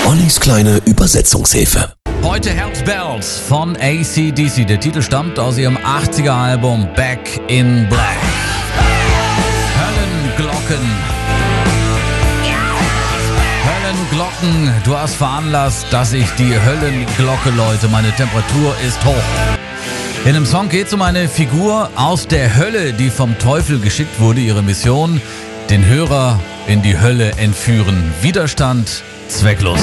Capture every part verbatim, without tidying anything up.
Ollis kleine Übersetzungshilfe. Heute Hells Bells von A C D C. Der Titel stammt aus ihrem achtziger Album Back in Black. Höllenglocken. Höllenglocken, du hast veranlasst, dass ich die Höllenglocke läute. Meine Temperatur ist hoch. In dem Song geht es um eine Figur aus der Hölle, die vom Teufel geschickt wurde. Ihre Mission: den Hörer in die Hölle entführen. Widerstand zwecklos.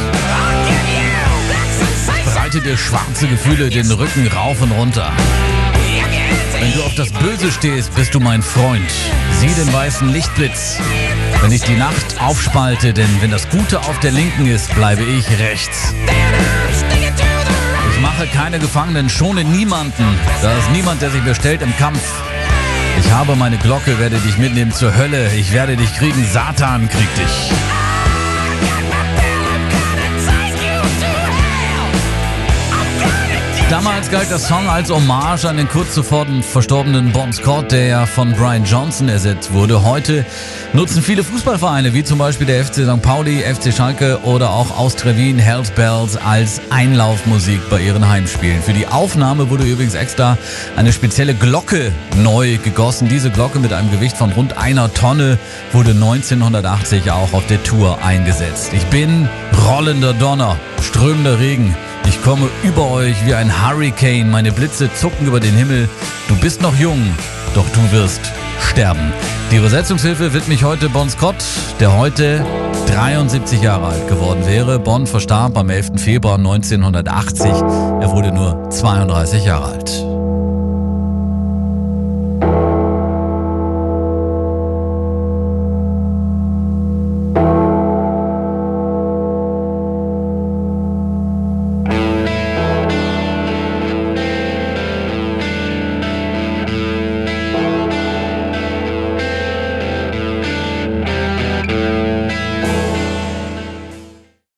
Breite dir schwarze Gefühle den Rücken rauf und runter. Wenn du auf das Böse stehst, bist du mein Freund. Sieh den weißen Lichtblitz. Wenn ich die Nacht aufspalte, denn wenn das Gute auf der Linken ist, bleibe ich rechts. Ich mache keine Gefangenen, schone niemanden. Da ist niemand, der sich mir stellt im Kampf. Ich habe meine Glocke, werde dich mitnehmen zur Hölle. Ich werde dich kriegen, Satan kriegt dich. Damals galt der Song als Hommage an den kurz zuvor verstorbenen Bon Scott, der ja von Brian Johnson ersetzt wurde. Heute nutzen viele Fußballvereine, wie zum Beispiel der F C Sankt Pauli, F C Schalke oder auch Austria Wien, Hells Bells als Einlaufmusik bei ihren Heimspielen. Für die Aufnahme wurde übrigens extra eine spezielle Glocke neu gegossen. Diese Glocke mit einem Gewicht von rund einer Tonne wurde neunzehnhundertachtzig auch auf der Tour eingesetzt. Ich bin rollender Donner, strömender Regen. Ich komme über euch wie ein Hurricane, meine Blitze zucken über den Himmel. Du bist noch jung, doch du wirst sterben. Die Übersetzungshilfe widme ich heute Bon Scott, der heute dreiundsiebzig Jahre alt geworden wäre. Bon verstarb am elften Februar neunzehnhundertachtzig. Er wurde nur zweiunddreißig Jahre alt.